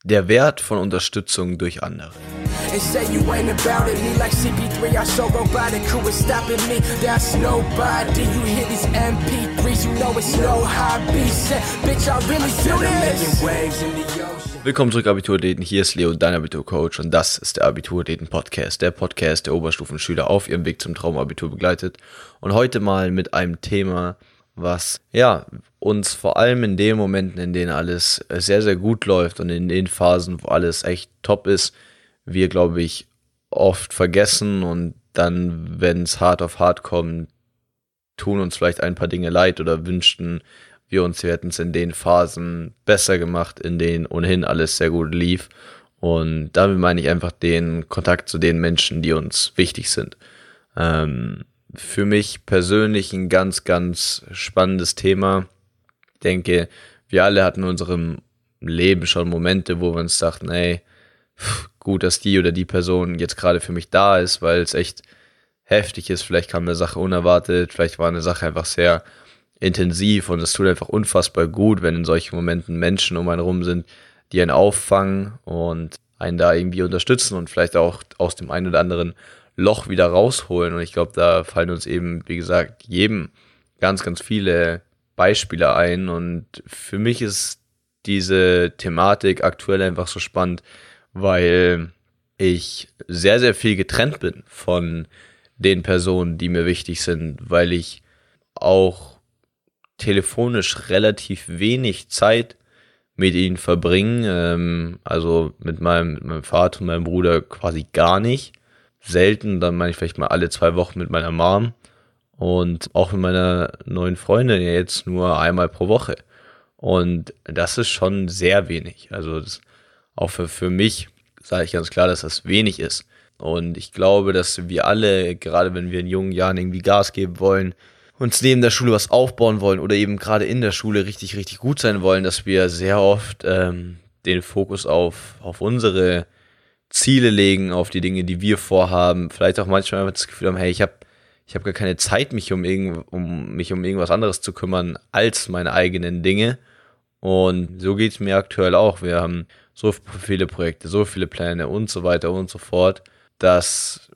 Der Wert von Unterstützung durch andere. Willkommen zurück, Abiturathleten. Hier ist Leo, dein Abiturcoach, und das ist der Abiturathleten-Podcast. Der Podcast, der Oberstufenschüler auf ihrem Weg zum Traumabitur begleitet. Und heute mal mit einem Thema, was uns vor allem in den Momenten, in denen alles sehr, sehr gut läuft und in den Phasen, wo alles echt top ist, wir, glaube ich, oft vergessen, und dann, wenn es hart auf hart kommt, tun uns vielleicht ein paar Dinge leid oder wünschten wir hätten es in den Phasen besser gemacht, in denen ohnehin alles sehr gut lief. Und damit meine ich einfach den Kontakt zu den Menschen, die uns wichtig sind. Für mich persönlich ein ganz, ganz spannendes Thema. Ich denke, wir alle hatten in unserem Leben schon Momente, wo wir uns dachten, ey, gut, dass die oder die Person jetzt gerade für mich da ist, weil es echt heftig ist. Vielleicht kam eine Sache unerwartet, vielleicht war eine Sache einfach sehr intensiv, und es tut einfach unfassbar gut, wenn in solchen Momenten Menschen um einen rum sind, die einen auffangen und einen da irgendwie unterstützen und vielleicht auch aus dem einen oder anderen Loch wieder rausholen. Und ich glaube, da fallen uns eben, wie gesagt, jedem ganz, ganz viele Beispiele ein. Und für mich ist diese Thematik aktuell einfach so spannend, weil ich sehr, sehr viel getrennt bin von den Personen, die mir wichtig sind, weil ich auch telefonisch relativ wenig Zeit mit ihnen verbringe, also mit meinem Vater und meinem Bruder quasi gar nicht. Selten, dann meine ich vielleicht mal alle 2 Wochen mit meiner Mom, und auch mit meiner neuen Freundin ja jetzt nur einmal pro Woche. Und das ist schon sehr wenig. Also das, auch für mich sage ich ganz klar, dass das wenig ist. Und ich glaube, dass wir alle, gerade wenn wir in jungen Jahren irgendwie Gas geben wollen, uns neben der Schule was aufbauen wollen oder eben gerade in der Schule richtig, richtig gut sein wollen, dass wir sehr oft den Fokus auf unsere Ziele legen, auf die Dinge, die wir vorhaben. Vielleicht auch manchmal einfach das Gefühl haben, hey, ich hab gar keine Zeit, mich um irgendwas anderes zu kümmern als meine eigenen Dinge. Und so geht es mir aktuell auch. Wir haben so viele Projekte, so viele Pläne und so weiter und so fort, dass,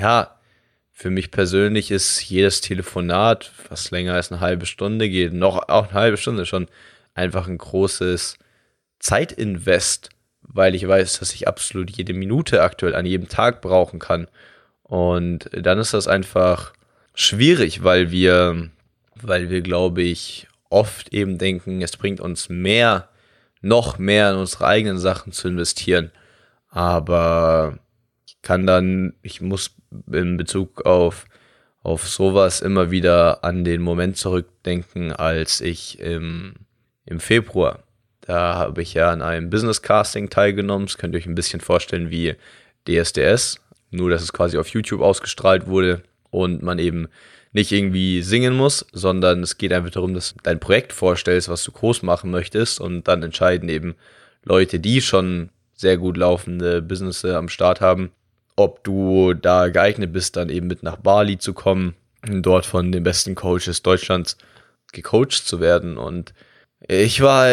für mich persönlich ist jedes Telefonat, was länger als eine halbe Stunde geht, noch auch eine halbe Stunde schon, einfach ein großes Zeitinvest, weil ich weiß, dass ich absolut jede Minute aktuell an jedem Tag brauchen kann. Und dann ist das einfach schwierig, weil wir, glaube ich, oft eben denken, es bringt uns mehr, noch mehr in unsere eigenen Sachen zu investieren. Aber ich muss in Bezug auf sowas immer wieder an den Moment zurückdenken, als ich im Februar, da habe ich ja an einem Business Casting teilgenommen. Das könnt ihr euch ein bisschen vorstellen wie DSDS, nur dass es quasi auf YouTube ausgestrahlt wurde und man eben nicht irgendwie singen muss, sondern es geht einfach darum, dass du dein Projekt vorstellst, was du groß machen möchtest, und dann entscheiden eben Leute, die schon sehr gut laufende Businesses am Start haben, ob du da geeignet bist, dann eben mit nach Bali zu kommen, dort von den besten Coaches Deutschlands gecoacht zu werden. Und ich war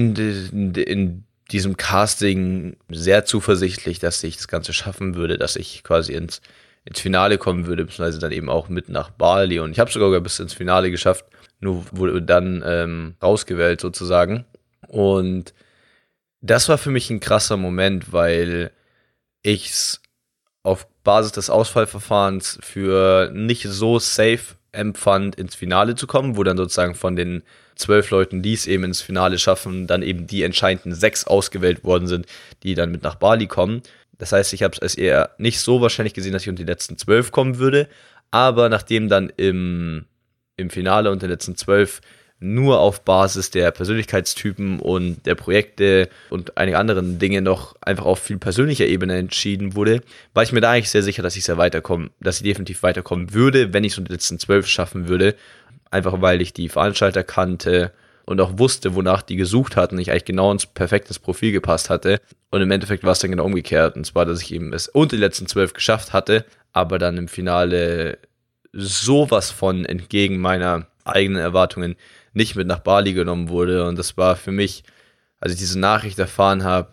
in diesem Casting sehr zuversichtlich, dass ich das Ganze schaffen würde, dass ich quasi ins Finale kommen würde, beziehungsweise dann eben auch mit nach Bali. Und ich habe sogar bis ins Finale geschafft, nur wurde dann rausgewählt sozusagen. Und das war für mich ein krasser Moment, weil ich es auf Basis des Auswahlverfahrens für nicht so safe empfand, ins Finale zu kommen, wo dann sozusagen von den 12 Leuten, die es eben ins Finale schaffen, dann eben die entscheidenden 6 ausgewählt worden sind, die dann mit nach Bali kommen. Das heißt, ich habe es als eher nicht so wahrscheinlich gesehen, dass ich unter die letzten 12 kommen würde, aber nachdem dann im Finale unter den letzten 12 nur auf Basis der Persönlichkeitstypen und der Projekte und einige anderen Dinge noch einfach auf viel persönlicher Ebene entschieden wurde, war ich mir da eigentlich sehr sicher, dass ich definitiv weiterkommen würde, wenn ich es unter den letzten 12 schaffen würde. Einfach weil ich die Veranstalter kannte und auch wusste, wonach die gesucht hatten, ich eigentlich genau ins perfektes Profil gepasst hatte. Und im Endeffekt war es dann genau umgekehrt. Und zwar, dass ich eben es unter die letzten 12 geschafft hatte, aber dann im Finale sowas von entgegen meiner eigenen Erwartungen nicht mit nach Bali genommen wurde. Und das war für mich als ich diese Nachricht erfahren habe,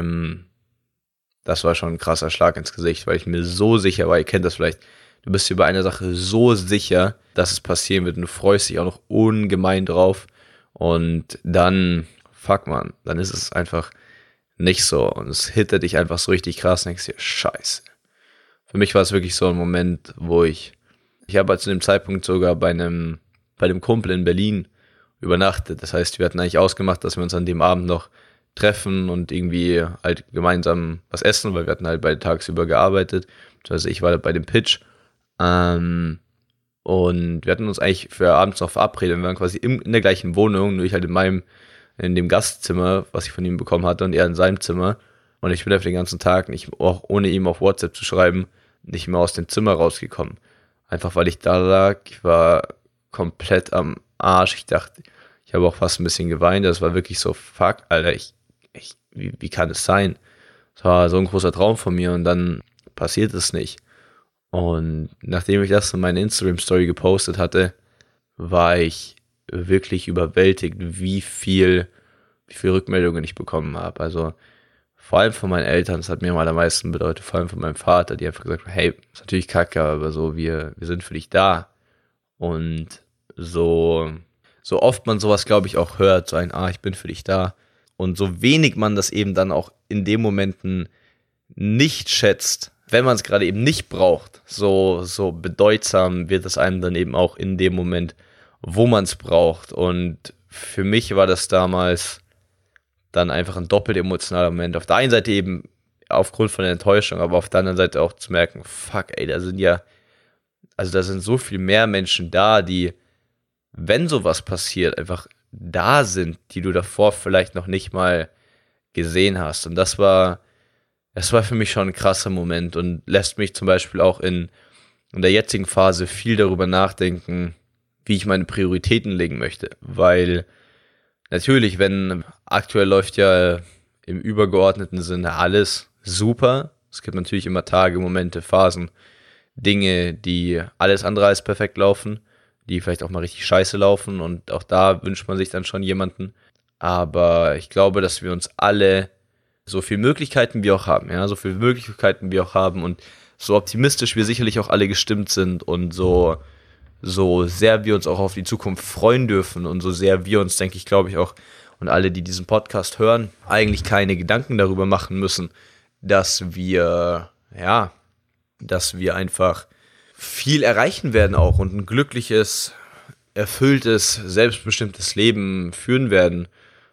das war schon ein krasser Schlag ins Gesicht, weil ich mir so sicher war, ihr kennt das vielleicht, du bist dir bei einer Sache so sicher, dass es passieren wird und du freust dich auch noch ungemein drauf und dann, fuck man, dann ist es einfach nicht so und es hittet dich einfach so richtig krass und denkst dir, scheiße. Für mich war es wirklich so ein Moment, wo ich habe halt zu dem Zeitpunkt sogar bei einem Kumpel in Berlin übernachtet. Das heißt, wir hatten eigentlich ausgemacht, dass wir uns an dem Abend noch treffen und irgendwie halt gemeinsam was essen, weil wir hatten halt beide tagsüber gearbeitet. Also ich war bei dem Pitch. Und wir hatten uns eigentlich für abends noch verabredet. Wir waren quasi in der gleichen Wohnung, nur ich halt in dem Gastzimmer, was ich von ihm bekommen hatte, und er in seinem Zimmer. Und ich bin einfach den ganzen Tag, nicht, auch ohne ihm auf WhatsApp zu schreiben, nicht mehr aus dem Zimmer rausgekommen. Einfach weil ich da lag, ich war komplett am Arsch. Ich dachte, ich habe auch fast ein bisschen geweint. Das war wirklich so, fuck, Alter, wie kann es sein? Das war so ein großer Traum von mir und dann passiert es nicht. Und nachdem ich das in meine Instagram-Story gepostet hatte, war ich wirklich überwältigt, wie viel Rückmeldungen ich bekommen habe. Also vor allem von meinen Eltern, das hat mir am allermeisten bedeutet, vor allem von meinem Vater, die einfach gesagt haben, hey, ist natürlich kacke, aber so, wir sind für dich da. Und so oft man sowas, glaube ich, auch hört, so ein, ich bin für dich da. Und so wenig man das eben dann auch in den Momenten nicht schätzt, wenn man es gerade eben nicht braucht, so bedeutsam wird es einem dann eben auch in dem Moment, wo man es braucht. Und für mich war das damals dann einfach ein doppelt emotionaler Moment. Auf der einen Seite eben aufgrund von der Enttäuschung, aber auf der anderen Seite auch zu merken, fuck, ey, da sind so viel mehr Menschen da, die, wenn sowas passiert, einfach da sind, die du davor vielleicht noch nicht mal gesehen hast. Und das war für mich schon ein krasser Moment und lässt mich zum Beispiel auch in der jetzigen Phase viel darüber nachdenken, wie ich meine Prioritäten legen möchte. Weil natürlich, wenn aktuell läuft ja im übergeordneten Sinne alles super. Es gibt natürlich immer Tage, Momente, Phasen, Dinge, die alles andere als perfekt laufen, die vielleicht auch mal richtig scheiße laufen und auch da wünscht man sich dann schon jemanden. Aber ich glaube, dass wir uns alle so viele Möglichkeiten wir auch haben, ja, so viele Möglichkeiten wir auch haben und so optimistisch wir sicherlich auch alle gestimmt sind und so sehr wir uns auch auf die Zukunft freuen dürfen und so sehr wir uns, denke ich, glaube ich auch, und alle, die diesen Podcast hören, eigentlich keine Gedanken darüber machen müssen, dass wir einfach viel erreichen werden auch und ein glückliches, erfülltes, selbstbestimmtes Leben führen werden.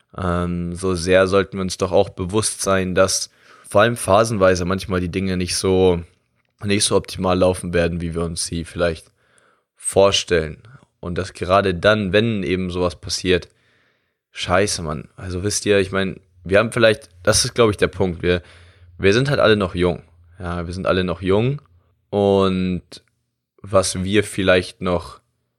So sehr sollten wir uns doch auch bewusst sein, dass vor allem phasenweise manchmal die Dinge nicht so optimal laufen werden, wie wir uns sie vielleicht vorstellen. Und dass gerade dann, wenn eben sowas passiert, scheiße, Mann. Also wisst ihr, ich meine, wir haben vielleicht, das ist glaube ich der Punkt, wir sind halt alle noch jung. Ja, wir sind alle noch jung und was wir vielleicht noch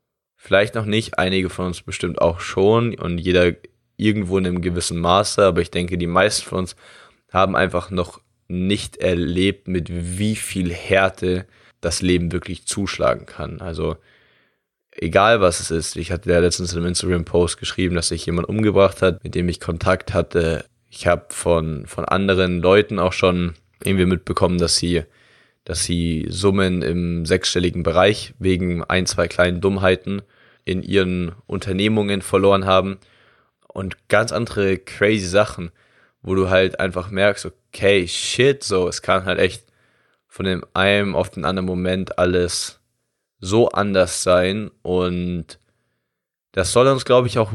nicht, einige von uns bestimmt auch schon und jeder irgendwo in einem gewissen Maße, aber ich denke, die meisten von uns haben einfach noch nicht erlebt, mit wie viel Härte das Leben wirklich zuschlagen kann. Also egal was es ist. Ich hatte ja letztens in einem Instagram-Post geschrieben, dass sich jemand umgebracht hat, mit dem ich Kontakt hatte. Ich habe von anderen Leuten auch schon irgendwie mitbekommen, dass sie Summen im sechsstelligen Bereich wegen ein, zwei kleinen Dummheiten in ihren Unternehmungen verloren haben. Und ganz andere crazy Sachen, wo du halt einfach merkst, okay, shit, so, es kann halt echt von dem einen auf den anderen Moment alles so anders sein und das sollte uns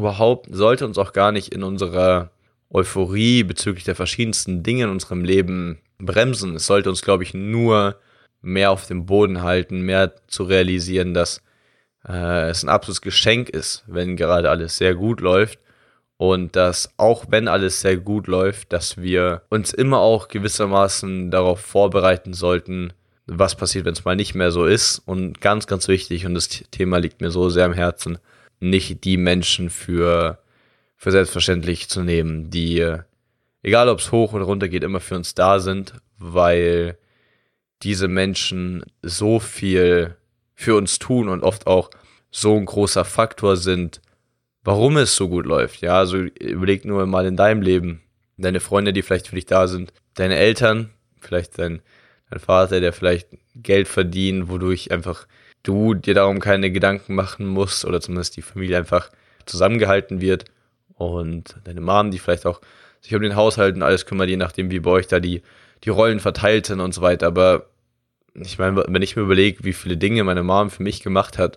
auch gar nicht in unserer Euphorie bezüglich der verschiedensten Dinge in unserem Leben bremsen. Es sollte uns, glaube ich, nur mehr auf dem Boden halten, mehr zu realisieren, dass es ein absolutes Geschenk ist, wenn gerade alles sehr gut läuft und dass auch wenn alles sehr gut läuft, dass wir uns immer auch gewissermaßen darauf vorbereiten sollten, was passiert, wenn es mal nicht mehr so ist. Und ganz, ganz wichtig, und das Thema liegt mir so sehr am Herzen, nicht die Menschen für selbstverständlich zu nehmen, die, egal ob es hoch oder runter geht, immer für uns da sind, weil diese Menschen so viel für uns tun und oft auch so ein großer Faktor sind, warum es so gut läuft. Ja, also überleg nur mal in deinem Leben, deine Freunde, die vielleicht für dich da sind, deine Eltern, vielleicht dein Vater, der vielleicht Geld verdient, wodurch einfach du dir darum keine Gedanken machen musst oder zumindest die Familie einfach zusammengehalten wird und deine Mom, die vielleicht auch sich um den Haushalt und alles kümmert, je nachdem, wie bei euch da die Rollen verteilt sind und so weiter. Aber ich meine, wenn ich mir überlege, wie viele Dinge meine Mom für mich gemacht hat,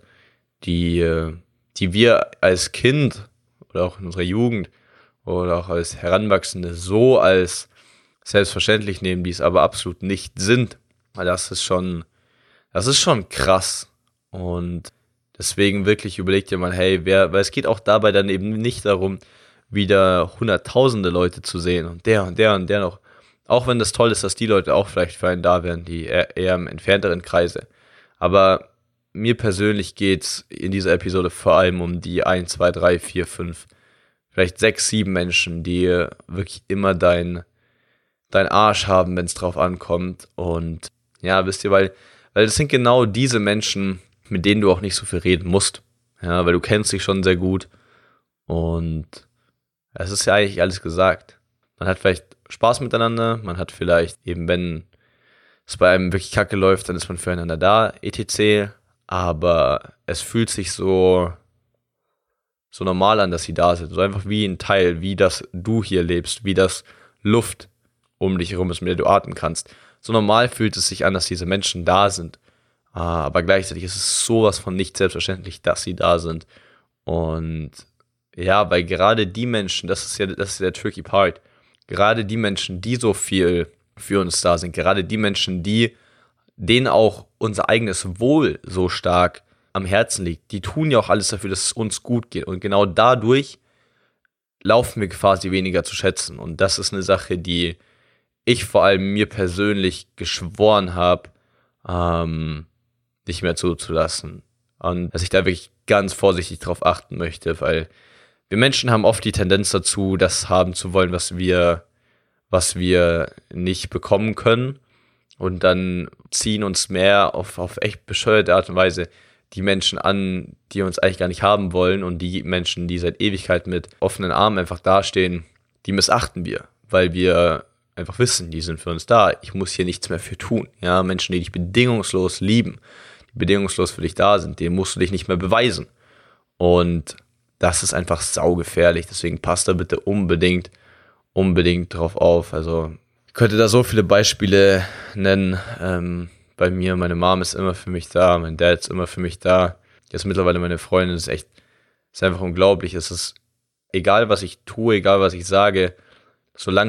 die wir als Kind oder auch in unserer Jugend oder auch als Heranwachsende so als selbstverständlich nehmen, die es aber absolut nicht sind, weil das ist schon krass. Und deswegen wirklich überlegt dir mal, hey, weil es geht auch dabei dann eben nicht darum, wieder hunderttausende Leute zu sehen und der und der und der noch. Auch wenn das toll ist, dass die Leute auch vielleicht für einen da wären, die eher im entfernteren Kreise. Aber mir persönlich geht's in dieser Episode vor allem um die 1, 2, 3, 4, 5, vielleicht 6, 7 Menschen, die wirklich immer dein Arsch haben, wenn es drauf ankommt. Und ja, wisst ihr, weil das sind genau diese Menschen, mit denen du auch nicht so viel reden musst. Ja, weil du kennst dich schon sehr gut. Und es ist ja eigentlich alles gesagt. Man hat vielleicht Spaß miteinander, man hat vielleicht eben, wenn es bei einem wirklich kacke läuft, dann ist man füreinander da, etc. Aber es fühlt sich so normal an, dass sie da sind. So einfach wie ein Teil, wie das du hier lebst, wie das Luft um dich herum ist, mit der du atmen kannst. So normal fühlt es sich an, dass diese Menschen da sind. Aber gleichzeitig ist es sowas von nicht selbstverständlich, dass sie da sind. Und ja, weil gerade die Menschen, das ist ja der tricky part, gerade die Menschen, die so viel für uns da sind, gerade die Menschen, denen auch unser eigenes Wohl so stark am Herzen liegt, die tun ja auch alles dafür, dass es uns gut geht. Und genau dadurch laufen wir quasi weniger zu schätzen. Und das ist eine Sache, die ich vor allem mir persönlich geschworen habe, nicht mehr zuzulassen. Und dass ich da wirklich ganz vorsichtig drauf achten möchte, weil wir Menschen haben oft die Tendenz dazu, das haben zu wollen, was wir nicht bekommen können. Und dann ziehen uns mehr auf echt bescheuerte Art und Weise die Menschen an, die uns eigentlich gar nicht haben wollen. Und die Menschen, die seit Ewigkeit mit offenen Armen einfach dastehen, die missachten wir, weil wir einfach wissen, die sind für uns da. Ich muss hier nichts mehr für tun. Ja, Menschen, die dich bedingungslos lieben, die bedingungslos für dich da sind, denen musst du dich nicht mehr beweisen. Und das ist einfach saugefährlich. Deswegen passt da bitte unbedingt drauf auf. Also ich könnte da so viele Beispiele nennen. Bei mir, meine Mom ist immer für mich da, mein Dad ist immer für mich da. Jetzt mittlerweile meine Freundin, ist einfach unglaublich. Es ist egal, was ich tue, egal, was ich sage, solange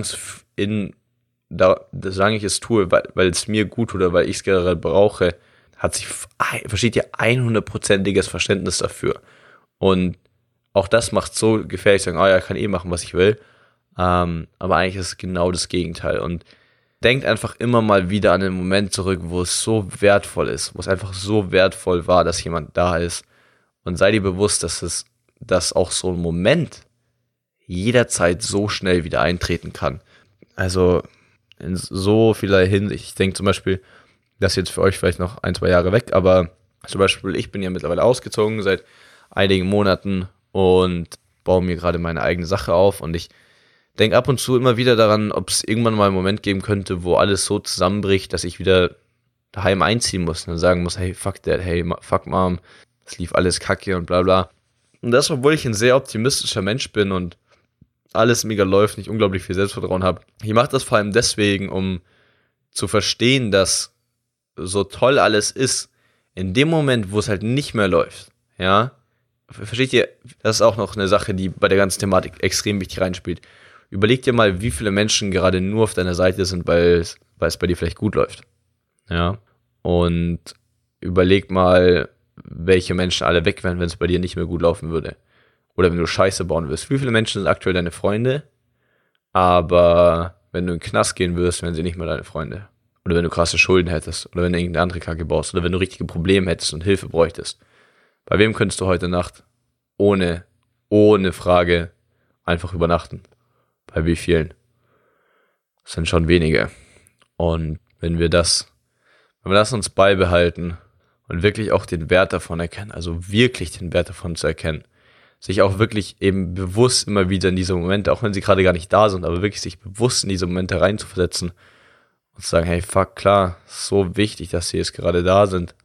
ich es tue, weil es mir gut tut oder weil ich es gerade brauche, versteht ihr 100%iges Verständnis dafür. Und auch das macht so gefährlich, sagen, ja, ich kann machen, was ich will. Aber eigentlich ist es genau das Gegenteil. Und denkt einfach immer mal wieder an den Moment zurück, wo es so wertvoll ist, wo es einfach so wertvoll war, dass jemand da ist. Und sei dir bewusst, dass auch so ein Moment jederzeit so schnell wieder eintreten kann. Also in so vieler Hinsicht. Ich denke zum Beispiel, das ist jetzt für euch vielleicht noch 1, 2 Jahre weg, aber zum Beispiel, ich bin ja mittlerweile ausgezogen seit einigen Monaten und baue mir gerade meine eigene Sache auf und ich denke ab und zu immer wieder daran, ob es irgendwann mal einen Moment geben könnte, wo alles so zusammenbricht, dass ich wieder daheim einziehen muss und dann sagen muss, hey, fuck Dad, hey, fuck Mom, es lief alles kacke und bla bla. Und das, obwohl ich ein sehr optimistischer Mensch bin und alles mega läuft und ich unglaublich viel Selbstvertrauen habe. Ich mache das vor allem deswegen, um zu verstehen, dass so toll alles ist, in dem Moment, wo es halt nicht mehr läuft, ja, versteht ihr, das ist auch noch eine Sache, die bei der ganzen Thematik extrem wichtig reinspielt. Überleg dir mal, wie viele Menschen gerade nur auf deiner Seite sind, weil es bei dir vielleicht gut läuft, ja, und überleg mal, welche Menschen alle weg wären, wenn es bei dir nicht mehr gut laufen würde. Oder wenn du Scheiße bauen wirst. Wie viele Menschen sind aktuell deine Freunde, aber wenn du in den Knast gehen wirst, wären sie nicht mehr deine Freunde. Oder wenn du krasse Schulden hättest. Oder wenn du irgendeine andere Kacke baust. Oder wenn du richtige Probleme hättest und Hilfe bräuchtest. Bei wem könntest du heute Nacht ohne Frage einfach übernachten? Bei wie vielen? Das sind schon wenige. Und wenn wir das uns beibehalten und wirklich auch den Wert davon erkennen, also wirklich den Wert davon zu erkennen, sich auch wirklich eben bewusst immer wieder in diese Momente, auch wenn sie gerade gar nicht da sind, aber wirklich sich bewusst in diese Momente reinzuversetzen und zu sagen, hey, fuck, klar, so wichtig, dass sie jetzt gerade da sind.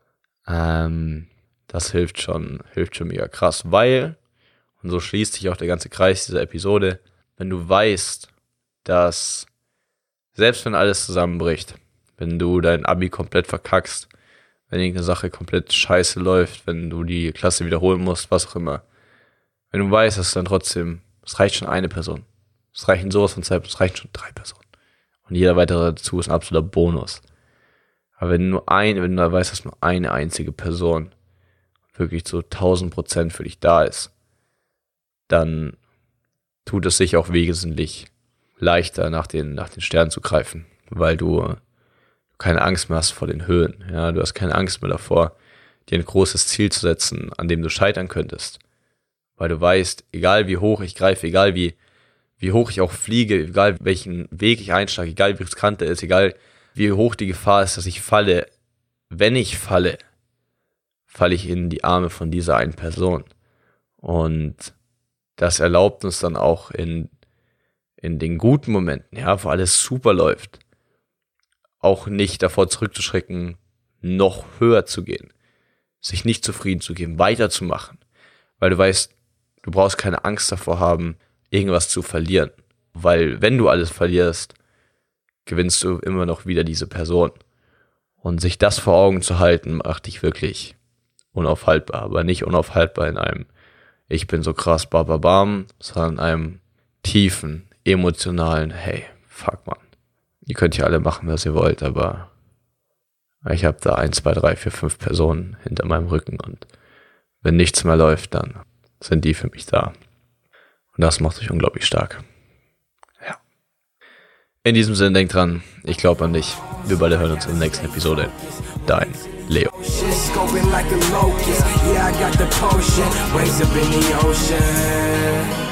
Das hilft schon mega krass, weil, und so schließt sich auch der ganze Kreis dieser Episode, wenn du weißt, dass selbst wenn alles zusammenbricht, wenn du dein Abi komplett verkackst, wenn irgendeine Sache komplett scheiße läuft, wenn du die Klasse wiederholen musst, was auch immer, wenn du weißt, dass dann trotzdem, es reicht schon eine Person, es reichen sowas von Zeit, es reichen schon 3 Personen und jeder weitere dazu ist ein absoluter Bonus. Aber wenn du weißt, dass nur eine einzige Person wirklich zu 1000% für dich da ist, dann tut es sich auch wesentlich leichter, nach den Sternen zu greifen, weil du keine Angst mehr hast vor den Höhen. Ja, du hast keine Angst mehr davor, dir ein großes Ziel zu setzen, an dem du scheitern könntest. Weil du weißt, egal wie hoch ich greife, egal wie hoch ich auch fliege, egal welchen Weg ich einschlage, egal wie riskant er ist, egal wie hoch die Gefahr ist, dass ich falle, wenn ich falle, falle ich in die Arme von dieser einen Person. Und das erlaubt uns dann auch in den guten Momenten, ja, wo alles super läuft, auch nicht davor zurückzuschrecken, noch höher zu gehen, sich nicht zufrieden zu geben, weiterzumachen, weil du weißt, du brauchst keine Angst davor haben, irgendwas zu verlieren, weil wenn du alles verlierst, gewinnst du immer noch wieder diese Person. Und sich das vor Augen zu halten, macht dich wirklich unaufhaltbar, aber nicht unaufhaltbar in einem ich bin so krass bababam, sondern in einem tiefen, emotionalen, hey, fuck man, ihr könnt ja alle machen, was ihr wollt, aber ich habe da 1, 2, 3, 4, 5 Personen hinter meinem Rücken und wenn nichts mehr läuft, dann sind die für mich da. Und das macht dich unglaublich stark. Ja. In diesem Sinne, denk dran, ich glaube an dich. Wir beide hören uns in der nächsten Episode. Dein Leo. Scoping like a locust. Yeah, I got the potion. Waves up in the ocean.